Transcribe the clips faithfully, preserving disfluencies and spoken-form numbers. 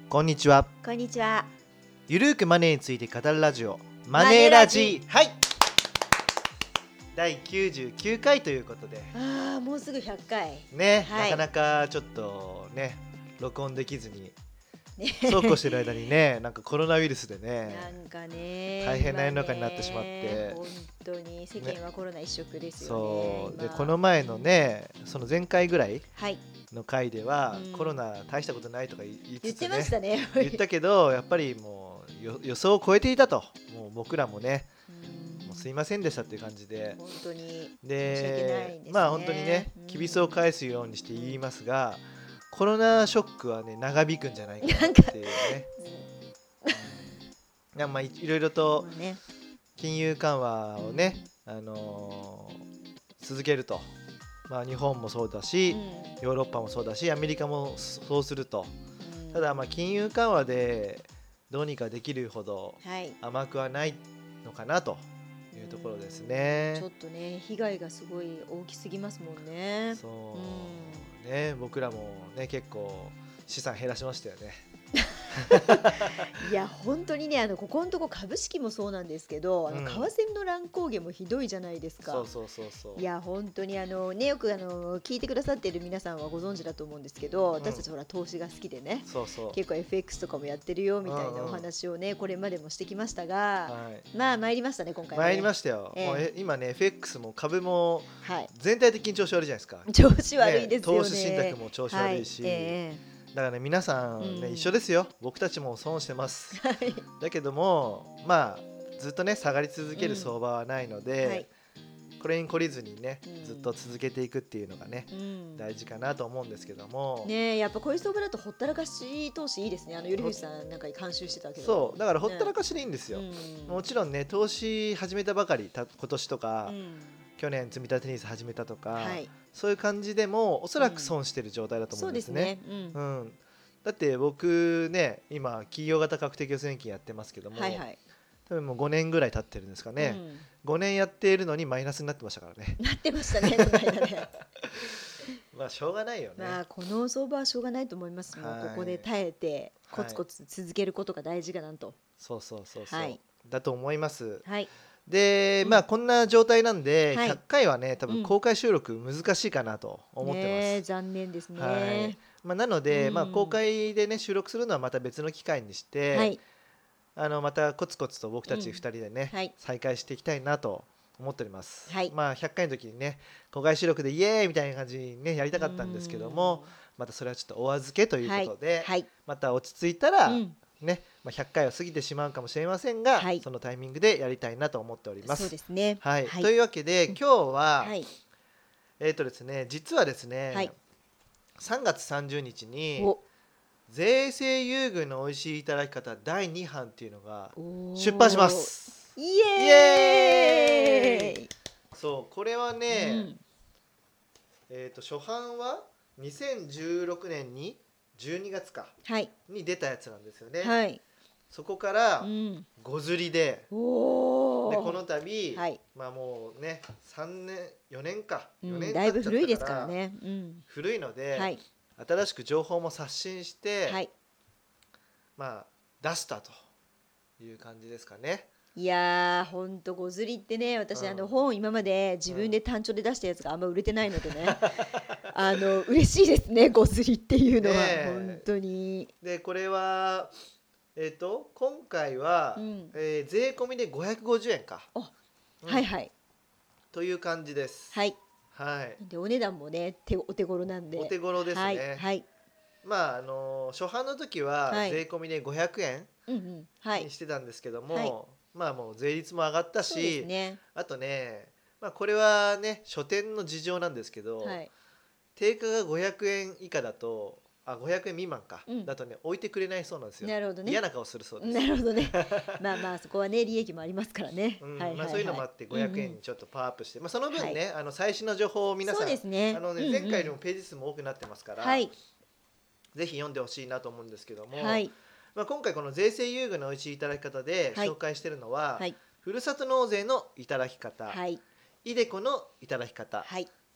こんにちは。 こんにちは。 ゆるーくマネーについて語るラジオ、マネーラジ。はい。だいきゅうじゅうきゅうかいということで。 ああ、もうすぐひゃっかい。 ね、 はい、 なかなかちょっとね、録音できずに、 ね、 そうこうしてる間にね、なんかコロナウイルスでね、 なんかね、 大変な世の中になってしまって、 本当に世間はコロナ一色ですよね。 そうで、この前のね、その前回ぐらいはいの回では、 うんコロナ大したことないとか言い言ってつつね、 ましたね。 言ったけど、やっぱりもうよ予想を超えていたと、もう僕らもね、 うんもうすいませんでしたっていう感じで、 本当にで申し訳ないですね。 まあ本当にね、 うんきびすを返すようにして言いますが、コロナショックはね長引くんじゃないかなっていうね。うん、いやまあいろいろとまあね金融緩和をね、あのー続けると、まあ日本もそうだし、 うんヨーロッパもそうだし、アメリカもそうすると。 うんただまあ金融緩和でどうにかできるほどはい甘くはないのかなというところですね。 ちょっとね、被害がすごい大きすぎますもんね。 そう、 うんね、僕らもね結構資産減らしましたよね。 いや本当にね、あのここのとこ株式もそうなんですけど、あのうん為替の乱高下もひどいじゃないですか。 そうそうそうそう。 いや本当にあのね、よくあの聞いてくださっている皆さんはご存知だと思うんですけど、私たちほら投資が好きでね、 そうそう。 結構 エフエックス とかもやってるよみたいうんうんなお話をね、これまでもしてきましたが、 はまあ参りましたね今い。 回はね。 参りましたよ。 ええもうえ今ね エフエックス も株もはい。 全体的に調子悪いじゃないですか。 調子悪いですよね。 投資信託も調子悪いし、 はいえだからね皆さんね、 うん一緒ですよ。僕たちも損してます。 えはいだけどもまあずっとね下がり続ける相場はないので、 はいこれに懲りずにね、 うんずっと続けていくっていうのがね、 うん大事かなと思うんですけども、 ねえ、やっぱこういう相場だとほったらかし投資いいですね。あの頼藤さんなんか監修してたけど。 そうだからほったらかしでいいんですよ。 うんもちろんね投資始めたばかりた今年とか、 うん去年積み立て ニーサ 始めたとか、 はい、 そういう感じでもおそらく損してる状態だと思そううんでですすね。 ね。ううんん、だって僕ね今企業型確定拠出年金やってますけども、 はいはい。 多分もうごねんぐらい経ってるんですかね、 うんごねんやっているのにマイナスになってましたからね。 なってましたねこの間ね。 まあしょうがないよね。 まあこの相場はしょうがないと思います。もうはいここで耐えてはいコツコツ続けることが大事かなと。 そうそうそうそう、 はいだと思います。 はい。 で、 うんまあこんな状態なんで、 はいひゃっかいはね多うん分公開収録難しいかなと思ってます。 ねえ残念ですね。 はいまあ、なので、 うんまあ、公開でね収録するのはまた別の機会にして、 はいあのまたコツコツと僕たちうんふたりでね、 はい再開していきたいなと思っております。 はいまあひゃっかいの時にね公開収録でイエーイみたいな感じにねやりたかったんですけども、またそれはちょっとお預けということで、 はいまた落ち着いたら、 うんねまあ、ひゃっかいを過ぎてしまうかもしれませんが、 はいそのタイミングでやりたいなと思っております。 そうですね。 はいはいというわけで今日は、 はいえーとですね、実はですね、 はいさんがつさんじゅうにちにお税制優遇の美味しいいただき方だいに版っていうのがおー出版します。 イイエーイエーイ。 そうこれはね、 うんえー、と初版はにせんじゅうろくねんにじゅうにがつかはいに出たやつなんですよね。 はい。 そこからうんご刷りで、 おお。 でこの度、 はいまあもうねさんねんよねんかうんよねんだいぶ経っちゃった古いですからね。うん古いので、 はい新しく情報も刷新して、 はい。 まあ出したという感じですかね。 いやーほんとごずりってね、私、 うんあの本今まで自分で単調で出したやつがあんま売れてないのでね、あの嬉しいですねごずりっていうのは、 ねえ本当に。 でこれはえっ、と今回は、 うんえー税込みでごひゃくごじゅうえんか、 おうんはいはいという感じです。 はい。 はい。 でお値段もね手お手頃なんで。 お手頃ですね。 はいはい。 まああの初版の時ははい税込みでごひゃくえんうんうんはいに。してたんですけども、 はいまあもう税率も上がったそうでし、 すね。 あとね、まあこれはね書店の事情なんですけど、 はい。 定価がごひゃくえん以下だとあごひゃくえん未満か、 うんだとね置いてくれないそうなんですよ。 なるほどね。 嫌な顔するそうです。 なるほどね。まあまあそこはね利益もありますからね。 うんはいはいはい。 まあ、そういうのもあってごひゃくえんうんにちょっとパワーアップして、まあ、その分ね、 はいあの最新の情報を皆さんそうですねあのね、 うんうん前回よりもページ数も多くなってますから、 はいぜひ読んでほしいなと思うんですけども、 はいまあ、今回この税制優遇の美味しいいただき方ではい紹介しているのは、 はいふるさと納税のいただき方、 はいイデコのいただき方、 はい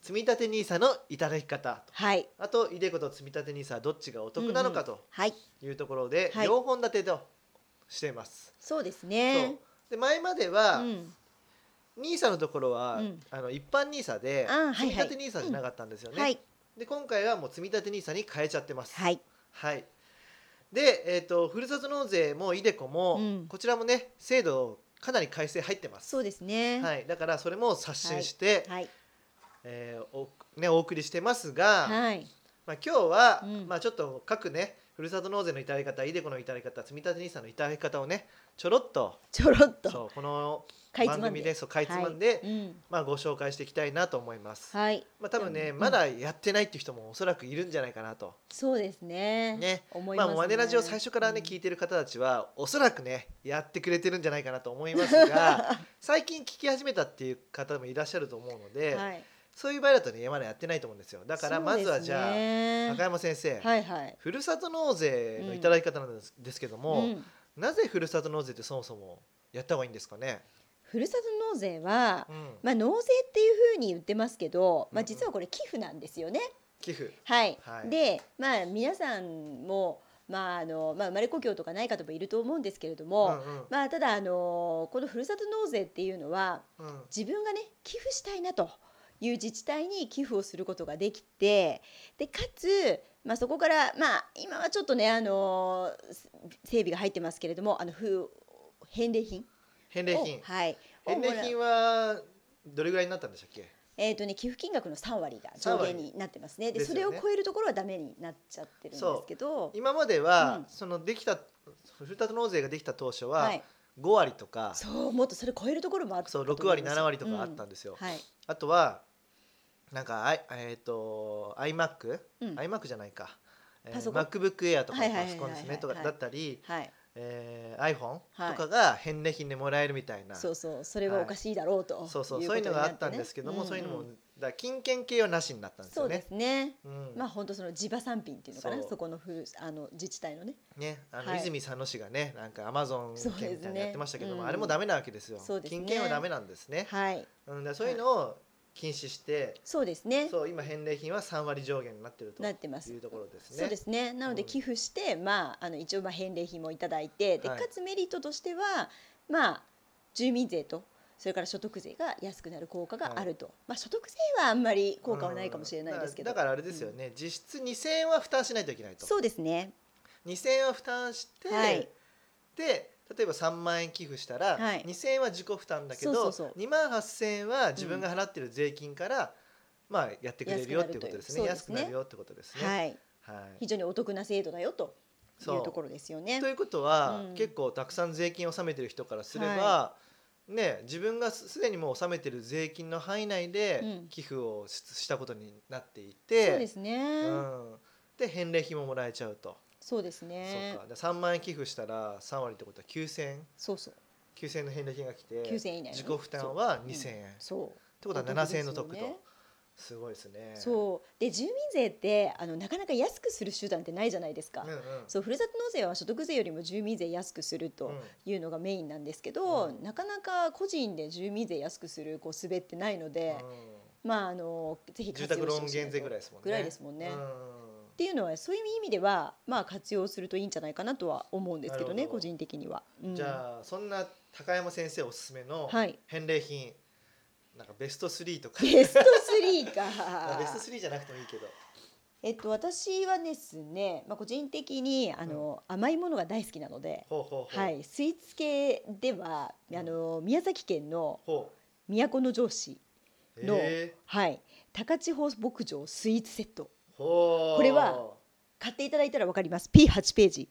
積立 ニーサ のいただき方と、 はい、 あとイデコと積立 ニーサ どっちがお得なのかとはいいうところで、 はい両本立てとしています。 そうですそうね。 で前までうは、 ん、 ニーサのところは、 うんあの一般ニーサであーはいはい積立 ニーサじゃなかったんですよね。 はいで今回はもう積立 ニーサに変えちゃってます。 はいはいで、えー、とふるさと納税もイデコも、 うんこちらもね制度かなり改正入ってます。 そうですね。 はい、だからそれも刷新して、 はいえーおね、お送りしてますが、 はいまあ、今日は、 うんまあ、ちょっと各ねふるさと納税のいただき方イデコのいただき方積立 ニーサ のいただき方をねちょろっとちょろっとそうこのかいつまんで番組でそうかいつまんで、 はいうんまあ、ご紹介していきたいなと思います。 はいまあ、多分ね、 うんまだやってないっていう人もおそらくいるんじゃないかなと。 そうですね。 ね思いますね。 まあ、マネラジを最初からね、 うん聞いてる方たちはおそらくねやってくれてるんじゃないかなと思いますが最近聞き始めたっていう方もいらっしゃると思うので、 はい。 そういう場合だとねまだやってないと思うんですよ。だからまずはじゃあ、高あ山先生、 はいはい。 ふるさと納税のいただき方なんです,、ですけども、 うんなぜふるさと納税ってそもそもやった方がいいんですかね。 ふるさと納税は、 うんまあ、納税っていうふうに言ってますけど、まあ、 うんうん実はこれ寄付なんですよね。 寄付はい、 はいで、まあ、皆さんも、まああのまあ、生まれ故郷とかない方もいると思うんですけれども、 うんうんまあ、ただあのこのふるさと納税っていうのはうん自分がね寄付したいなという自治体に寄付をすることができて、でかつ、まあ、そこから、まあ、今はちょっとねあの整備が入ってますけれどもあのふ返礼品を返礼品はい返礼品はどれぐらいになったんでしたっけ。 えーとね、寄付金額のさん割が上限になってますね。でですよねそれを超えるところはダメになっちゃってるんですけど、 今までは、 うんそのできたふるさと納税ができた当初は、 はい、 ご割とかそうもっとそれ超えるところもあったとそう思いますろく割なな割とかあったんでですよ。 うんはいあとはなんかあいえっ、と iMac、 うん iMac じゃないか、えーパソコン MacBook Air とかのパはいはいはいはいソコンですねとかはいだったり、 はい、 えー iPhone はいとかが返礼品でもらえるみたいな、 そうそうそれはおかしいだろうと、 そうそういそういうのがあったんことになてねですけども、 んんそういうのもだから金券系はなしになったんですよねそうで。すね。 うんまあ本当その地場産品っていうのかな、 そうそこのふるあの自治体のね。 ね、あのはい泉佐野市がねなんかアマゾンそうですね券みたいなのやってましたけども、 うんあれもダメなわけですよ。 そうですね金券はダメなんですね。 はい、 うん、だからそういうのを禁止して、 そうですね。 そう今返礼品はさん割上限になってるとなってますいうところですね。 そうですね。なのうんで寄付して、まああの一応まあ返礼品もいただいて、ではいかつメリットとしてはまあ住民税とそれから所得税が安くなる効果があると。まあ所得税はあんまり効果はないかもしれないですけど。 うんだからだからあれですよね、実質にせんえんは負担しないといけないと。 そうですね。 にせんえんは負担して、 はいで例えばさんまん円寄付したら、 はいにせんえんは自己負担だけどそうそうそうにまんはっせんえんは自分が払ってる税金から、まあ、やってくれるよっていうことですね。安安くなるというくなるよってことですね。 はい。 はい非常にお得な制度だよといそううところですよねと。いうことは、 うん結構たくさん税金を納めてる人からすれば、 はね、自分がすすでにもう納めてる税金の範囲内でうん寄付をししたことになっていそうて、 ですね。 うん、で返礼品ももらえちゃうと、 そうですねそう。かでさんまん円寄付したらさん割ってことはきゅうせんえんそうそう。 きゅうせんえんの返礼品が来てきゅうせんえん以内のね自己負担はにせんえん、ってそう。 ことはななせんえんの得と、 おですよねすごいですね。 そうで住民税ってあのなかなか安くする手段ってないじゃないですか。 うんうんそうふるさと納税は所得税よりも住民税安くするというのがメインなんですけど、 うんなかなか個人で住民税安くするこう術ってないので、 うんまああのぜひ住活用宅ローン減してほしいなと税ぐらいですもんね。 ぐらいですもんね。 うんっていうのはそういう意味ではまあ活用するといいんじゃないかなとは思うんですけどねなるほど個人的には。うんじゃあそんな高山先生おすすめのはい返礼品、なんかベストスリーとかベストスリーかベストスリーじゃなくてもいいけど、 えっと私はですね、まあ、個人的にあの、甘いものが大好きなので、 ほうほうほう、 はい、スイーツ系ではあの宮崎県のほ都城市うの、 へはい、高千穂牧場スイーツセットーほうこれは買っていただいたら分かります ピーはち ページ、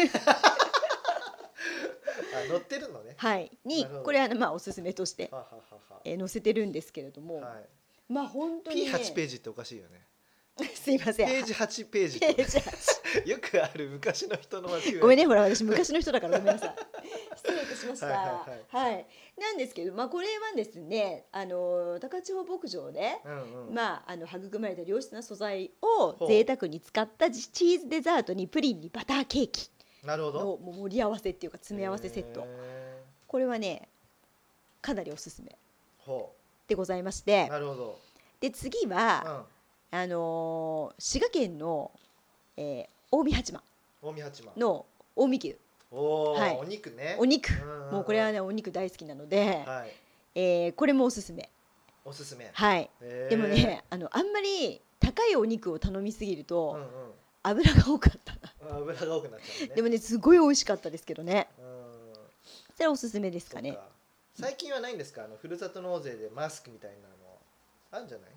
あ載ってるのね。 はい、になるほどこれはまあおすすめとして、 ははははえー載せてるんですけれども、 はい、 まあ本当に、ね、 ピーはち ページっておかしいよね。 すいませんページはちページペってージはちよくある昔の人の間違い。 ごめんねほら私昔の人だからごめんなさい失礼いたしましたはいはいはいなんですけどまあこれはですねあの高千穂牧場で、 うんうん、 まあ、あの育まれた良質な素材をほう贅沢に使ったチーズデザートにプリンにバターケーキなるほど。 のもう盛り合わせっていうか詰め合わせセットへこれはねかなりおすすめーほでございましてうなるほど。 で次は、 うん、 あのー滋賀県の、えー、近江八幡近江八幡の近江牛、 おー、 はい、 お肉ね。 お肉、 うんうんうん、 もうこれはねお肉大好きなので、 はい、 えーこれもおすすめ。 おすすめ。 はい。 へーでもね、あのあんまり高いお肉を頼みすぎるうんと、 うん、 油が多かったな。 油が多くなっちゃうね。 でもねすごい美味しかったですけどね。 うん、 それはおすすめですかね。 そっか。最近はないんですか、あのふるさと納税でマスクみたいなのあるんじゃない？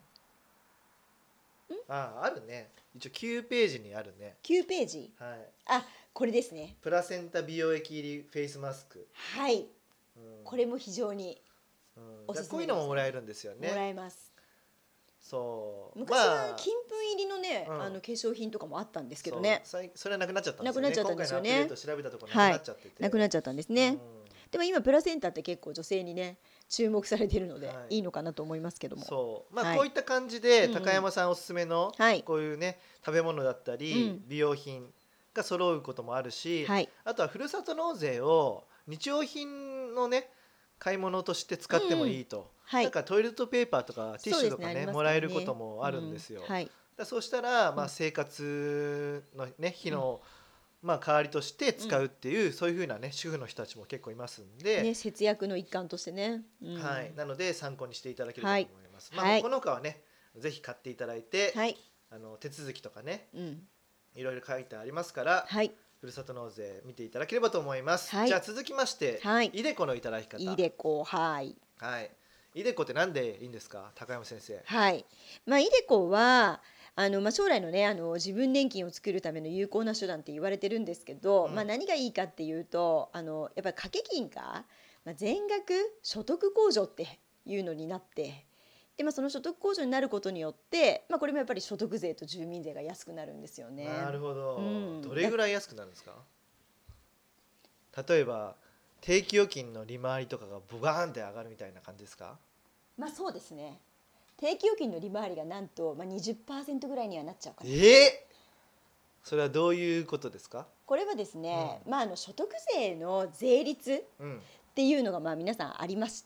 ああ、あるね。一応きゅうページにあるね。 きゅうページ。 はい。 あ、これですね。 プラセンタ美容液入りフェイスマスク。 はい。 うん、 これも非常にうん、 おすすめですね。 こういうのももらえるんですよね。 もらえます。 そう昔は金粉入りのね、 うんあの化粧品とかもあったんですけどね。 そう、それはなくなっちゃったんですよね。 なくなっちゃったんですよね。 今回のアップデート調べたところなくなっちゃってて、 なくなっちゃったんですね。 うん、 でも今プラセンタって結構女性にね注目されているので、 はい、 いいのかなと思いますけども。 そうまあ、 はい、 こういった感じでうんうん高山さんおすすめのはいこういうね食べ物だったり、 うん美容品が揃うこともあるし、 はい、 あとはふるさと納税を日用品のね買い物として使ってもいいと、 うんはい、 なんかトイレットペーパーとかティッシュとかね、 そうですねもらえることもあるんですよ、 うんはい、 だそうしたら、まあ、 うん生活のね日の、まあ、代わりとして使うっていう、そういう風なね主婦の人たちも結構いますんで、 ね、節約の一環としてね、うんはい、なので参考にしていただければと思います、 はいはいまあ、この他はねぜひ買っていただいて、 はい、 あの手続きとかねうんいろいろ書いてありますから、 はい、 ふるさと納税見ていただければと思います、 はいじゃあ続きまして、 はいいでこのいただき方。 いいでこはいはいいでこってなんでいいんですか、高山先生。 はい、まあ、イデコはあの、まあ、将来のねあの自分年金を作るための有効な手段って言われてるんですけど、 うんまあ、何がいいかっていうとあのやっぱり掛け金が、まあ、全額所得控除っていうのになってで、まあ、その所得控除になることによって、まあ、これもやっぱり所得税と住民税が安くなるんですよね。 なるほど、 うんどれぐらい安くなるんですか。例えば定期預金の利回りとかがボガーンって上がるみたいな感じですか。 まあそうですね。定期預金の利回りがなんと、まあ、にじゅっパーセントぐらいにはなっちゃうかな。 えー、それはどういうことですか。 これはですね、 うんまあ、あの所得税の税率うんっていうのがまあ皆さんありまして、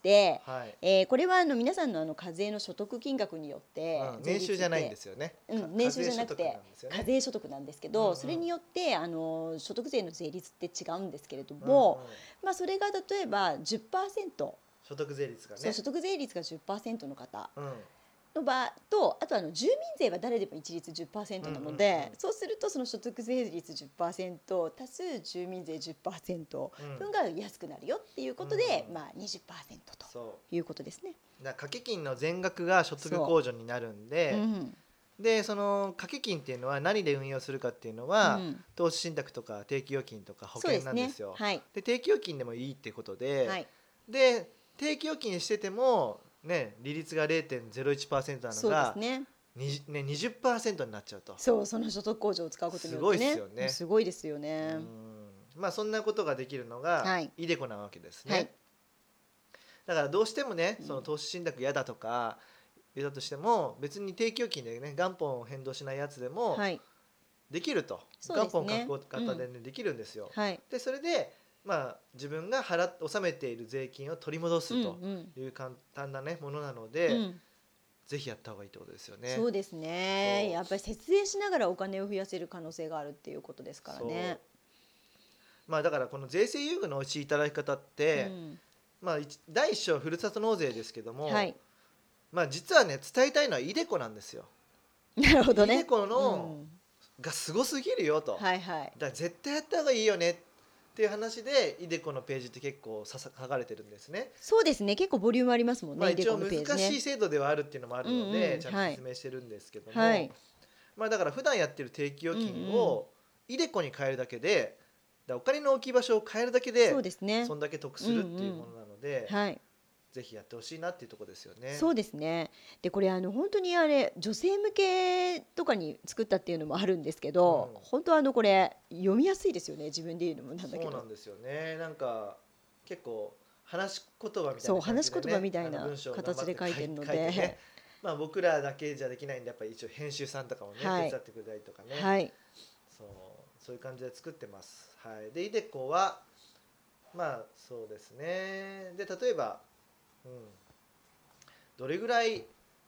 はいえーこれはあの皆さんのあの課税の所得金額によってうん、 税率って年収じゃないんですよね、 うんか年収じゃなくて課税所得なんですよね課税所得なんですけど、 うんうんそれによってあの所得税の税率って違うんですけれどうんうんも、まあ、それが例えばじゅっパーセント、 所得税率がねそう所得税率がじゅっパーセントの方うんの場と、あとあの住民税は誰でも一律じゅっパーセントなので、 うんうんうんそうするとその所得税率 じゅっパーセント 足す住民税 じゅっパーセント 分が安くなるよっていうことで、 うんまあ、にじゅっパーセントとそういうことですね。 だから掛け金の全額が所得控除になるんで、 うんでその掛け金っていうのは何で運用するかっていうのは、 うん投資信託とか定期預金とか保そう険なんですよ。 ねはいで定期預金でもいいってことで、 はい、 で定期預金してても、ね、利率が れいてんぜろいちパーセント なのそうでがすね。 にじゅうね、にじゅっパーセントになっちゃうと。 そうその所得控除を使うことによってねすごいっすよねすごいですよね。 うんまあそんなことができるのがはいイデコなわけですね、 はいだからどうしてもねうんその投資信託嫌だとか言ったとしても別に定期預金でね元本を変動しないやつでもはいできると、 そうですね元本確保型で、ねできるんですよ。 はいでそれで、まあ、自分が払っ納めている税金を取り戻すとうんいう簡単な、ね、ものなので、 うんうんぜひやった方がいいってことですよね。 そうですねそうやっぱり節税しながらお金を増やせる可能性があるっていうことですからね。 まあだからこの税制優遇のおいしいいただき方って、 うんまあ一第一章ふるさと納税ですけども、 はいまあ実はね伝えたいのはイデコなんですよ。 なるほどね。 イデコの、 うんがすごすぎるよと、 はいはい。 だから絶対やった方がいいよねっていう話でイデコのページって結構ささ書かれてるんですね。 そうですね。結構ボリュームありますもんね。 まあ、 イデ一応難コのページねしい制度ではあるっていうのもあるので、 うんうんちゃんと説明してるんですけども、 はいまあだから普段やってる定期預金うんをイデコに変えるだけで、だからお金の置き場所を変えるだけでそうですねそ。んだけ得するっていうものなので、 はい。 ぜひやってほしいなっていうところですよね。 そうですね。でこれあの本当にあれ女性向けとかに作ったっていうのもあるんですけど、 うん本当あのこれ読みやすいですよね。自分で言うのもなんだけどそうなん。ですよね。なんか結構話し言葉みたいな感じで、ね、 そう話し言葉みたいなあの文章を頑張って形で書いてるので書いてねまあ僕らだけじゃできないんでやっぱり一応編集さんとかもね、 はい手伝ってくれたりとかね、 はい。 そうそういう感じで作ってます。はい。でイデコはまあそうですね。で例えば、うん、どれぐらい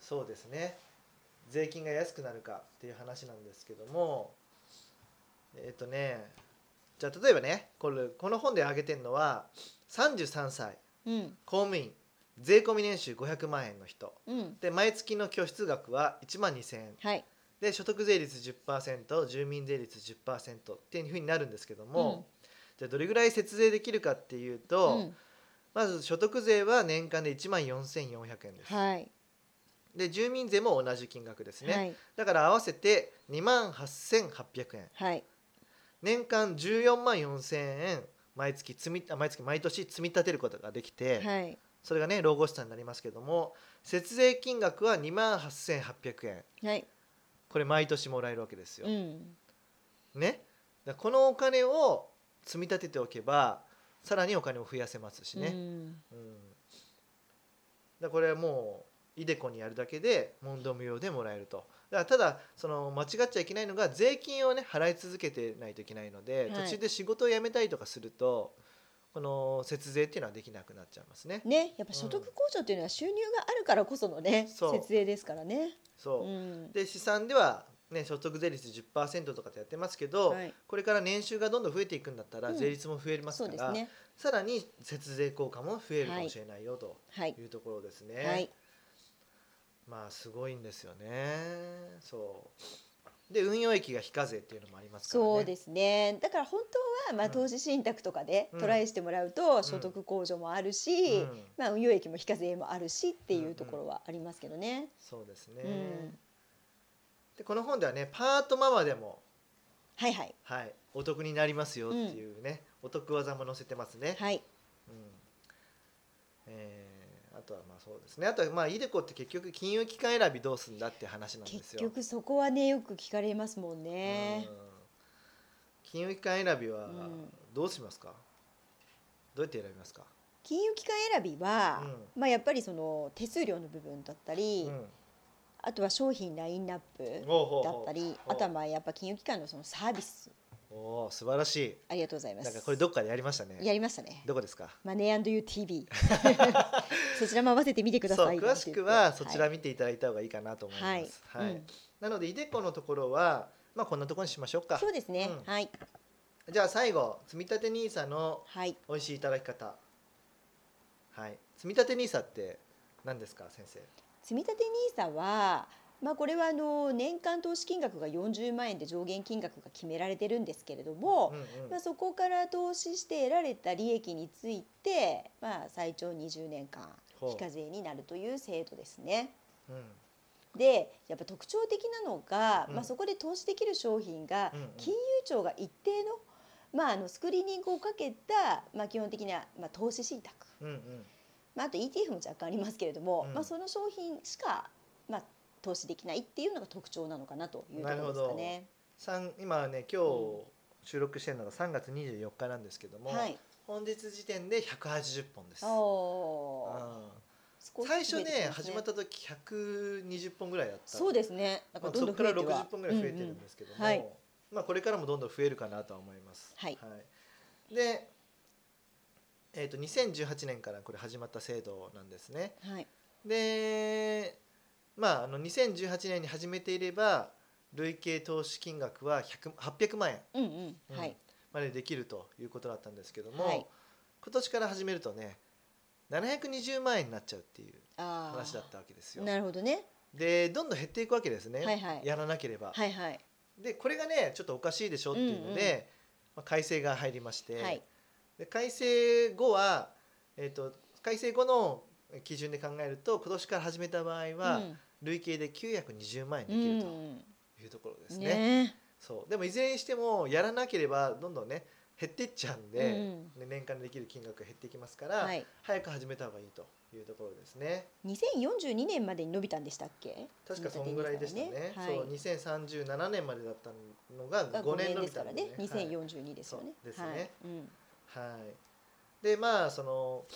そうですね。税金が安くなるかっていう話なんですけども、えっとね、じゃあ例えばね、これこの本で挙げてるのはさんじゅうさんさい、 うん公務員、税込み年収ごひゃくまんえんの人うんで、毎月の拠出額はいちまんにせんえんはいで、所得税率 じゅっパーセント、住民税率 じゅっパーセント っていうふうになるんですけども、じゃあどれぐらい節税できるかっていううと、 んまず所得税は年間でいちまんよんせんよんひゃくえんです。 はいで、住民税も同じ金額ですね。 はいだから合わせてにまんはっせんはっぴゃくえん。 はい年間じゅうよんまんよんせんえん毎月積みあ毎月毎年積み立てることができて、 はいそれがね老後資産になりますけども、節税金額はにまんはっせんはっぴゃくえん。 はいこれ毎年もらえるわけですよ。 うんね。だからこのお金を積み立てておけばさらにお金を増やせますしね。 うんうん、だからこれはもうイデコにやるだけで問答無用でもらえると。だからただその間違っちゃいけないのが、税金をね払い続けてないといけないので、 はい途中で仕事を辞めたりとかするとこの節税っていうのはできなくなっちゃいますね。 ね、やっぱ所得控除っていうのは収入があるからこそのね、 そう節税ですからね。 そう、 うんで試算では、ね、所得税率 じゅっパーセント とかってやってますけど、 はいこれから年収がどんどん増えていくんだったらうん税率も増えますから、 そうですね。 さらに節税効果も増えるかもしれないよとはいいうところですね。 はいまあすごいんですよね。そうで運用益が非課税っていうのもありますからね。 そうですね。だから本当はまうんあ投資信託とかでうんトライしてもらうと所得控除もあるし、 うんまあ運用益も非課税もあるしっていうところはありますけどね。 そうですね、 うんでこの本ではねパートママでも、 はいはいはい、お得になりますよっていうね、お得技も載せてますね。 はいうんえーあとはまあそうですね。あとはまあイデコって結局金融機関選びどうすんだって話なんです結よ。 局そこはねよく聞かれますもんうんね。 金融機関選びはうんどうしますか？どうやって選びますか？ 金融機関選びは、 うまあやっぱりその手数料の部分だったり、 うんあとは商品ラインナップほうほうほうだったり、あとはまあやっぱ金融機関のそのサービス。 おお素晴らしい。 ありがとうございます。 なんかこれどっかでやりましたね。 やりましたね。 どこですか？ マネーユー ティービー そちらも合わせて見てくだそうさい。 詳しくはそちらはい見ていただいた方がいいかなと思います。 ははいい。 うんなのでイデコのところはまあこんなところにしましょうか。 そうですね。 うんはいじゃあ最後積立 ニーサ のはい。 美味しいいただき方。はい。積立 ニーサ って何ですか先生？ 積立 ニーサ は。まあこれはあの年間投資金額がよんじゅうまんえんで上限金額が決められてるんですけれども、 うんうんまあ、そこから投資して得られた利益について、まあ、最長にじゅうねんかんほう非課税になるという制度ですね。 うんでやっぱ特徴的なのが、 うんまあ、そこで投資できる商品がうんうん金融庁が一定の、まあ、あのスクリーニングをかけた、まあ、基本的な、まあ、投資信託、 うんうんまあ、あと イーティーエフ も若干ありますけれども、 うんまあ、その商品しか、まあ、投資できないっていうのが特徴なのかなというところですかね。 三今はね今日収録してるのがさんがつにじゅうよっかなんですけども、 はい、 本日時点でひゃくはちじゅっぽんです。 おーうん少し最初増えてきますね始まった時ひゃくにじゅっぽんぐらいだった。 そうですね。だからどんどんまあそこから増えてはろくじゅっぽんぐらい増えてるんですけども、 うんうんはいまあこれからもどんどん増えるかなとは思います。 はいで、えー、とにせんじゅうはちねんからこれ始まった制度なんですね。 はいで、まああのにせんじゅうはちねんに始めていれば累計投資金額はひゃくはっぴゃくまんえんうんうんうんはいまでできるということだったんですけども、 はい今年から始めるとねななひゃくにじゅうまんえんになっちゃうっていうあー話だったわけですよ。 なるほどね。 でどんどん減っていくわけですね、 はいはいやらなければ。 はいはいでこれがねちょっとおかしいでしょっていうので、 うんうんまあ、改正が入りまして、 はいで改正後は、えー、と改正後の基準で考えると今年から始めた場合は、累計できゅうひゃくにじゅうまんえんできるというところですね。 ねそうでもいずれにしてもやらなければどんどんね減っていっちゃうんで、 うんで年間でできる金額が減っていきますから、 はい早く始めた方がいいというところですね。 にせんよんじゅうにねんまでに伸びたんでしたっけ？ 確かそんぐらいでしたね。 はいそうにせんさんじゅうななねんまでだったのががごねん伸ですからびたんでね。 ね。にせんよんじゅうにですよね。 そうですねはいうんはい。でまあその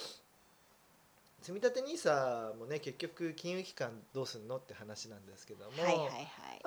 積立 ニーサ もね結局金融機関どうすんのって話なんですけども、 はいはいはい。 まあ、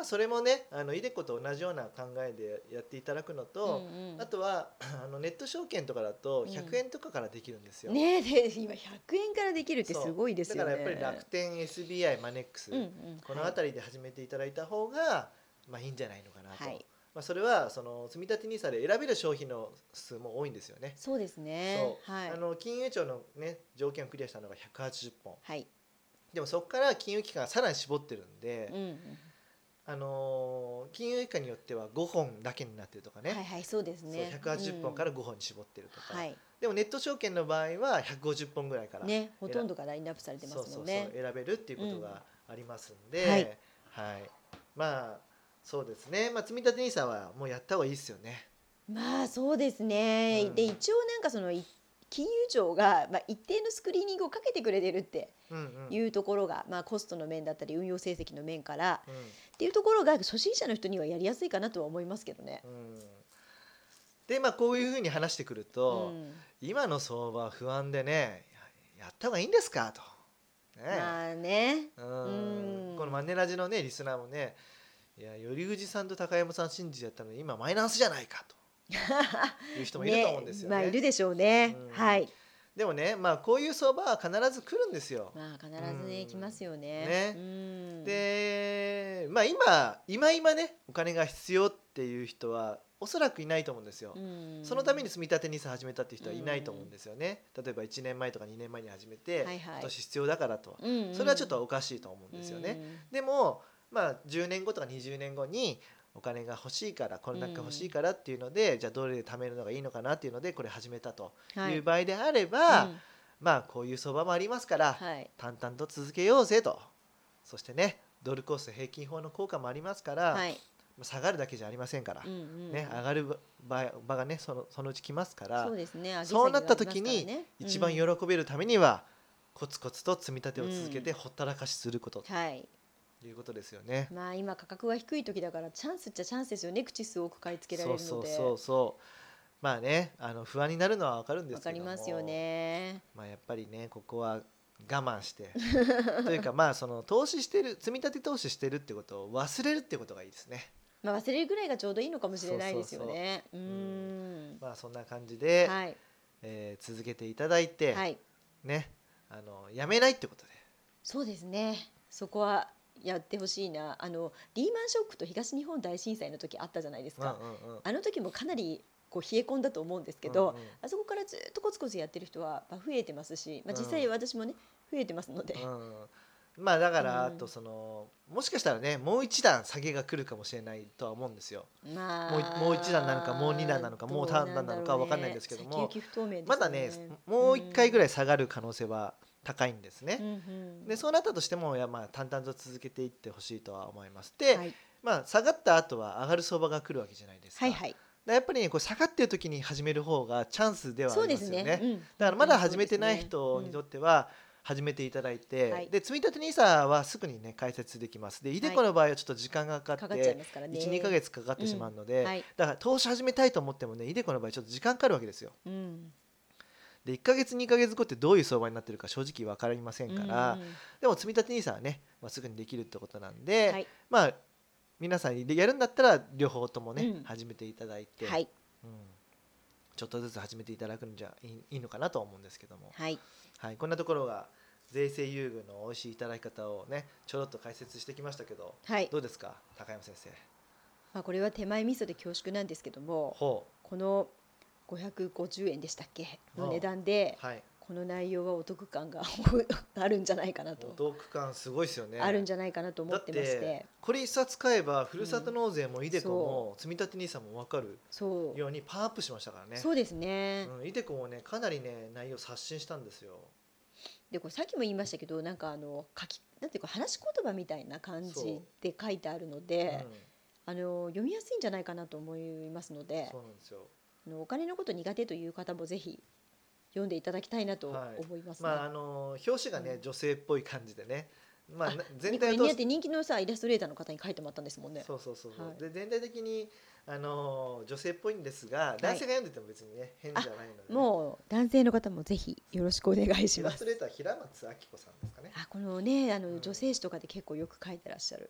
あ、それもねあのイデコと同じような考えでやっていただくのと、 うんうんあとはあのネット証券とかだとひゃくえんとかからできるんですよ。 ねえで今ひゃくえんからできるってそうすごいですよね。 だからやっぱり楽天 エスビーアイ マネックス、 うんうんこの辺りで始めていただいた方が、まあ、いいんじゃないのかなと、 はいまあ、それはその積立 ニーサ で選べる商品の数も多いんですよね。 そうですね。 そうはいあの金融庁の、ね、条件をクリアしたのがひゃくはちじゅっぽんはい。 でもそこから金融機関がさらに絞ってるんで、 うんうんあのー金融機関によってはごほんだけになってるとかね、 はいはいそうですそうね。 ひゃくはちじゅっぽんからごほんに絞ってるとか、 はいでもネット証券の場合はひゃくごじゅっぽんぐらいからねほとんどがラインナップされてますもんね。 そうそうそう選べるっていうことがありますんで、 うんはいはいまあそうですね、まあ、積立 ニーサ はもうやった方がいいですよね。 まあそうですね。 うんで一応なんかそのい金融庁がまあ一定のスクリーニングをかけてくれてるってうんうんいうところが、まあコストの面だったり運用成績の面からうんっていうところが初心者の人にはやりやすいかなとは思いますけどね。 うんでまあこういうふうに話してくるうと、 ん、 今の相場は不安でねややった方がいいんですかと、ねまあね。 うんうんこのマネラジのねリスナーもねいや頼藤さんと高山さん信じてやったのに今マイナスじゃないかという人もいると思うんですよね。 まあいるでしょうね。 うんはい。 でもねまあこういう相場は必ず来るんですよ。 まあ必ずねうん来ますよね。 ねうんでまあ今今今ねお金が必要っていう人はおそらくいないと思うんですよ。 うんそのために積み立て ニーサ 始めたっていう人はいないと思うんですよね。例えばいちねんまえとかにねんまえに始めて、 はいはい今年必要だからと、 うんうんそれはちょっとおかしいと思うんですよね。でもまあじゅうねんごとかにじゅうねんごにお金が欲しいからこれだけ欲しいからっていうので、じゃあどれで貯めるのがいいのかなっていうのでこれ始めたとうんはいいう場合であれば、 うんまあこういう相場もありますから、 はい淡々と続けようぜと。そしてねドルコスト平均法の効果もありますから、 はい下がるだけじゃありませんから、 うんうんね、上がる場場がねそのそのうち来ますから、 そうですね。上げ下げそうなったがあります時にからね一番うん喜べるためには、コツコツと積み立てを続けてほったらかしすることはい。 ということですよね。 まあ今価格が低い時だからチャンスっちゃチャンスですよね。口数多く買い付けられるので。 そうそうそうそうまあねあの不安になるのは分かるんでわかすけども、 りますよね。 まあ、やっぱりねここは我慢してというかまあその投資してる積み立て投資してるってことを忘れるってことがいいですね。 まあ忘れるぐらいがちょうどいいのかもしれないですよね。うそうそうそうんん。 まあそんな感じで、 はいえー続けていただいて、 はい。 ねあのやめないってことで。 そうですね。そこはやってほしいな。あのリーマンショックと東日本大震災の時あったじゃないですか。 うんうんうんあの時もかなりこう冷え込んだと思うんですけど、 うんうんあそこからずっとコツコツやってる人はまあ増えてますし、まあ、実際私もね増えてますので、 うん、まあだからあうんとそのもしかしたらねもう一段下げが来るかもしれないとは思うんですよ。 まあもうもう一段なのかもう二段なのかもう三段なのかは分かんないんですけども先行き不透明ですねまだねもう一回ぐらい、 い下がる可能性は高いんですね。 うんうんでそうなったとしてもいやまあ淡々と続けていってほしいとは思います。で、 はいまあ下がった後は上がる相場が来るわけじゃないですか。 はいはい、 でやっぱりねこう下がってる時に始める方がチャンスではあそうでりますすよね。 ね、うん、 だからまだ始めてないそう人にとですねっては始めていただいて、 はいで積み立て ニーサ はすぐにね開設できます。でイデコの場合はちょっと時間がかかっかかっちゃいてますからね。 いち、にかげつかかってしまうので、 うんはいだから投資始めたいと思ってもねイデコの場合ちょっと時間かかるわけですよ。 うんでいっかげつにかげつごってどういう相場になってるか正直分かりませんから、 うんでも積み立て ニーサ はね、まあ、すぐにできるってことなんで、 はいまあ皆さんでやるんだったら両方ともね、 うん始めていただいて、 はいうんちょっとずつ始めていただくんじゃいいいいのかなと思うんですけども、 はいはい、こんなところが税制優遇の美味しいいただき方をねちょろっと解説してきましたけど、 はい、 どうですか高山先生。 まあこれは手前味噌で恐縮なんですけども、 ほこのごひゃくごじゅうえんでしたっけのうん値段でうはいこの内容はお得感があるんじゃないかなおと、 得感すごいですよね。 あるんじゃないかなと思ってましだってて、 これ一冊買えばふるさと納税もイデコも積み立て ニーサ も分かるそうようにパワーアップしましたからね。 そうですね、 うん、イデコもねかなりね内容刷新したんですよ。 でこれさっきも言いましたけどなんかあの書きなんていうか話し言葉みたいな感じで書いてあるのうん、 で、あの読みやすいんじゃないかなと思いますので、 そうなんですよ。 あのお金のこと苦手という方もぜひ読んでいただきたいなとはい思いますね。 まああの表紙がね、 うん女性っぽい感じでね、まああな全全体とし体にって人気のさイラストレーターの方に書いてもらったんですもんね。 そうそうそうそう、 はいで全体的にあの女性っぽいんですが、男性が読んでても別にね変じゃないので、ね、 もう男性の方もぜひよろしくお願いしますイラスト。レーター平松明子さんですかね。 あこのねあうんの女性誌とかで結構よく書いてらっしゃる。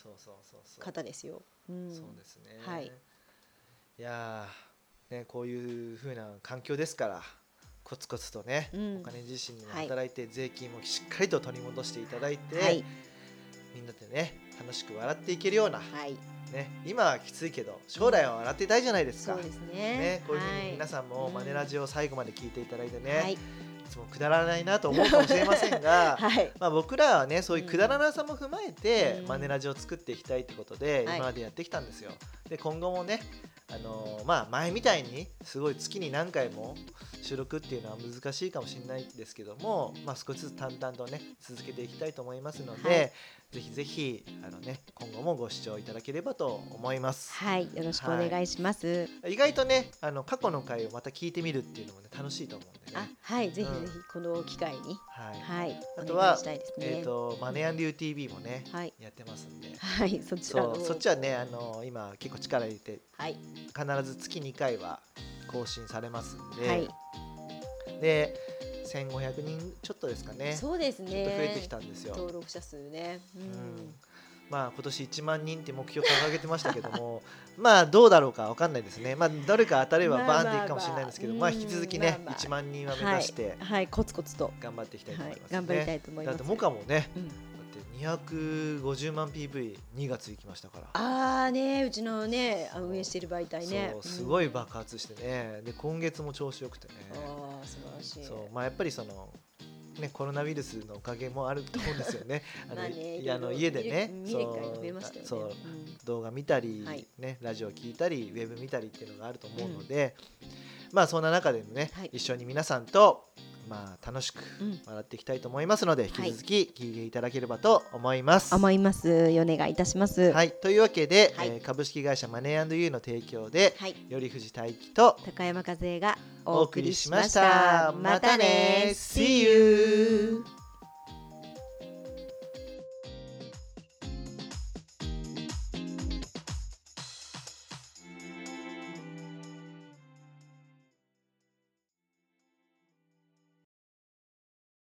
そうそうそうそう方ですよ。うん、 そうですね、 はい、 いやー、ね、こういう風な環境ですからコツコツとね、 うん、 お金自身にもはい、 働いて税金もしっかりと取り戻していただいて、 はい、 みんなでね楽しく笑っていけるような、 はい、 ね、今はきついけど将来は笑っていたいじゃないですか、 そうですね。 ね、こういうふうはい、 に皆さんもマネラジオを最後まで聞いていただいてね、 はい、 いつもくだらないなと思うかもしれませんが、 はい、 まあ、僕らはねそういうくだらなさも踏まえて、 うんマネラジオを作っていきたいってことで、 はい今までやってきたんですよ。で今後もね、あのーまあ、前みたいにすごい月に何回も収録っていうのは難しいかもしれないですけども、まあ、少しずつ淡々とね続けていきたいと思いますので、 はいぜひぜひあの、ね、今後もご視聴いただければと思います。 はい、よろしくお願いします。 意外とねあの過去の回をまた聞いてみるっていうのもね楽しいと思うんであ、 ね。 はい、ぜひぜうんひこの機会に、 はい、 はい、 あとはお願いしたいですね。 えー、とマネアンデュー ティーブイ もね、 はい、 やってますんで、 はい、そちらのそうそっちはねあの今結構力入れてはい、 必ず月にかいは更新されますんで、 はい、 でせんごひゃくにんちょっとですかね、 そうですね。 ちょっと増えてきたんですよ。 登録者数ね。うん。 うんまあ今年いちまんにんって目標掲げてましたけどもまあどうだろうかわかんないですね。まあどれか当たればまあバーンっていくかもしれないんですけど、まあまあまあ引き続きね、 まあまあいちまんにんは目指してはい、はい、コツコツと、 頑張っていきたいとはい思いますね。 頑張りたいと思います。 だってモカもね、 うん、 だってにひゃくごじゅうまん ピーブイにがつ行きましたから。 ああね、うちのね、あ運営している媒体ね。 そうすごい爆発してね、で今月も調子よくてね。 ああ素晴らしい。 そうまあやっぱりそのね、コロナウイルスのおかげもあると思うんですよね。あの、 まあねいやあの家でね、 見る見る機会が増えましたよね。 そううん動画見たり、 はいね、ラジオ聞いたりウェブ見たりっていうのがあると思うので、まあそんな中でもね、 はい一緒に皆さんと、まあ、楽しくうん笑っていきたいと思いますので、引き続き聞いていただければと思います。 思います。お願いいたします。 はい、というわけで、 はいえー株式会社マネーユーの提供で、 はい、 頼藤大樹と高山和恵がお送りしました。またね See you